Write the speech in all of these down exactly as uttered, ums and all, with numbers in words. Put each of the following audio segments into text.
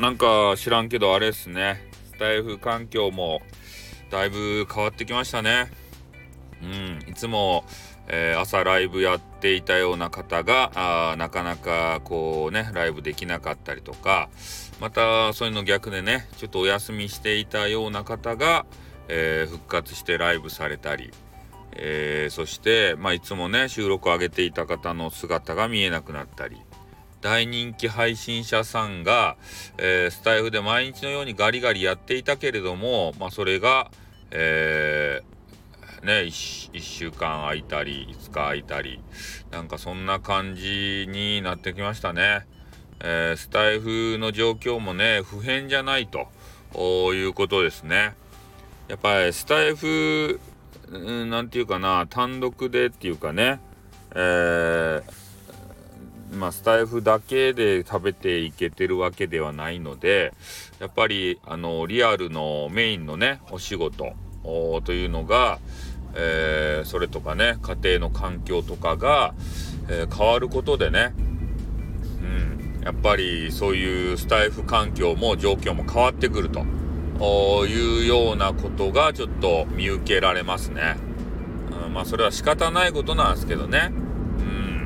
なんか知らんけどあれですね、スタイフ環境もだいぶ変わってきましたね。うん、いつも、えー朝ライブやっていたような方があーなかなかこうねライブできなかったりとか、またそういうの逆でねちょっとお休みしていたような方が、えー復活してライブされたり、えーそして、まあ、いつもね収録を上げていた方の姿が見えなくなったり、大人気配信者さんが、えースタイフで毎日のようにガリガリやっていたけれども、まあ、それが、えーね、1, 一週間空いたりいつか空いたり、なんかそんな感じになってきましたね。えースタイフの状況もね不変じゃないということですね。やっぱりスタイフ、うん、なんていうかな、単独でっていうかね、えーまあスタイフだけで食べていけてるわけではないので、やっぱりあのリアルのメインのねお仕事というのが、えーそれとかね家庭の環境とかが、えー変わることでね、うん、やっぱりそういうスタイフ環境も状況も変わってくるというようなことがちょっと見受けられますね。うん、まあそれは仕方ないことなんですけどね。うん、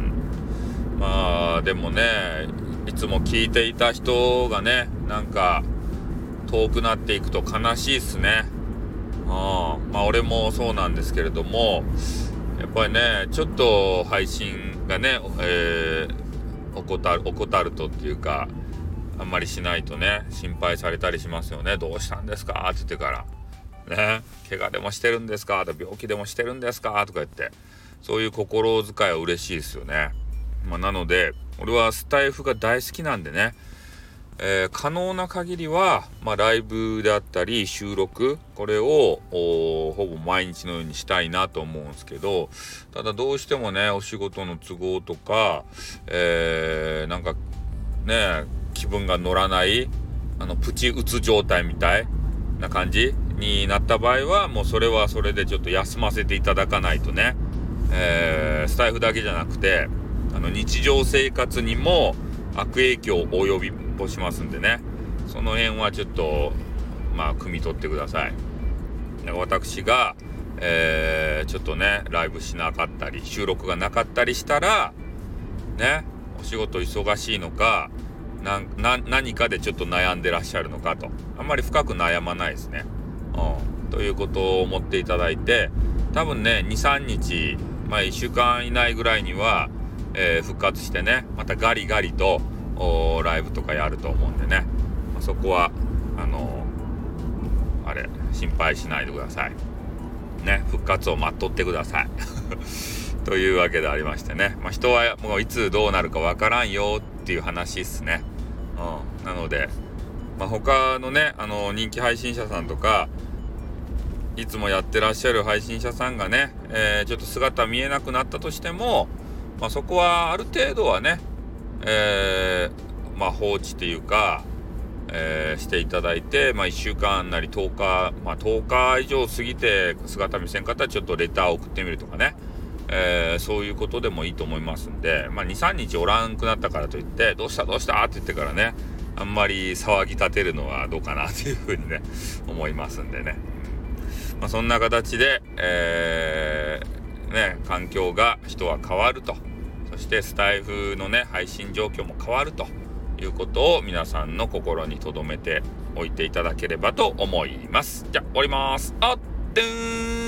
まあでもね、いつも聞いていた人がねなんか遠くなっていくと悲しいっすね。うん、まあ俺もそうなんですけれども、やっぱりねちょっと配信がね、えー、怠る怠るとっていうか、あんまりしないとね心配されたりしますよね。どうしたんですかって言ってからね、怪我でもしてるんですかとか病気でもしてるんですかとか言って、そういう心遣いは嬉しいですよね。まあ、なので俺はスタイフが大好きなんでね、えー可能な限りは、まあ、ライブであったり収録、これをほぼ毎日のようにしたいなと思うんですけど、ただどうしてもねお仕事の都合とか、えーなんかね気分が乗らない、あのプチ打つ状態みたいな感じになった場合は、もうそれはそれでちょっと休ませていただかないとね、えースタイフだけじゃなくてあの日常生活にも悪影響を及びもしますんでね、その辺はちょっとまあ汲み取ってください。私が、えーちょっとねライブしなかったり収録がなかったりしたらね、お仕事忙しいのかなな何かでちょっと悩んでらっしゃるのかと、あんまり深く悩まないですね。うん、ということを思っていただいて、多分ね にさんにち、まあいっしゅうかん以内ぐらいには、えー復活してねまたガリガリとライブとかやると思うんでね、まあ、そこはあのー、あれ心配しないでくださいね。復活を待っとってくださいというわけでありましてね、まあ、人はもういつどうなるかわからんよっていう話っすね。うん、なので、まあ、他のねあの人気配信者さんとかいつもやってらっしゃる配信者さんがね、えーちょっと姿見えなくなったとしても、まあ、そこはある程度はね、えーまあ放置っていうか、えーしていただいて、まあいっしゅうかんなりとおか、まあとおか以上過ぎて姿見せんかったらちょっとレターを送ってみるとかね、えーそういうことでもいいと思いますんで、まあにさんにちおらんくなったからといってどうしたどうしたって言ってからねあんまり騒ぎ立てるのはどうかなっていうふうにね思いますんでね。まあ、そんな形で、えーね、環境が人は変わると、そしてスタイフのね配信状況も変わるということを皆さんの心に留めておいていただければと思います。じゃあ終わります。あってーん。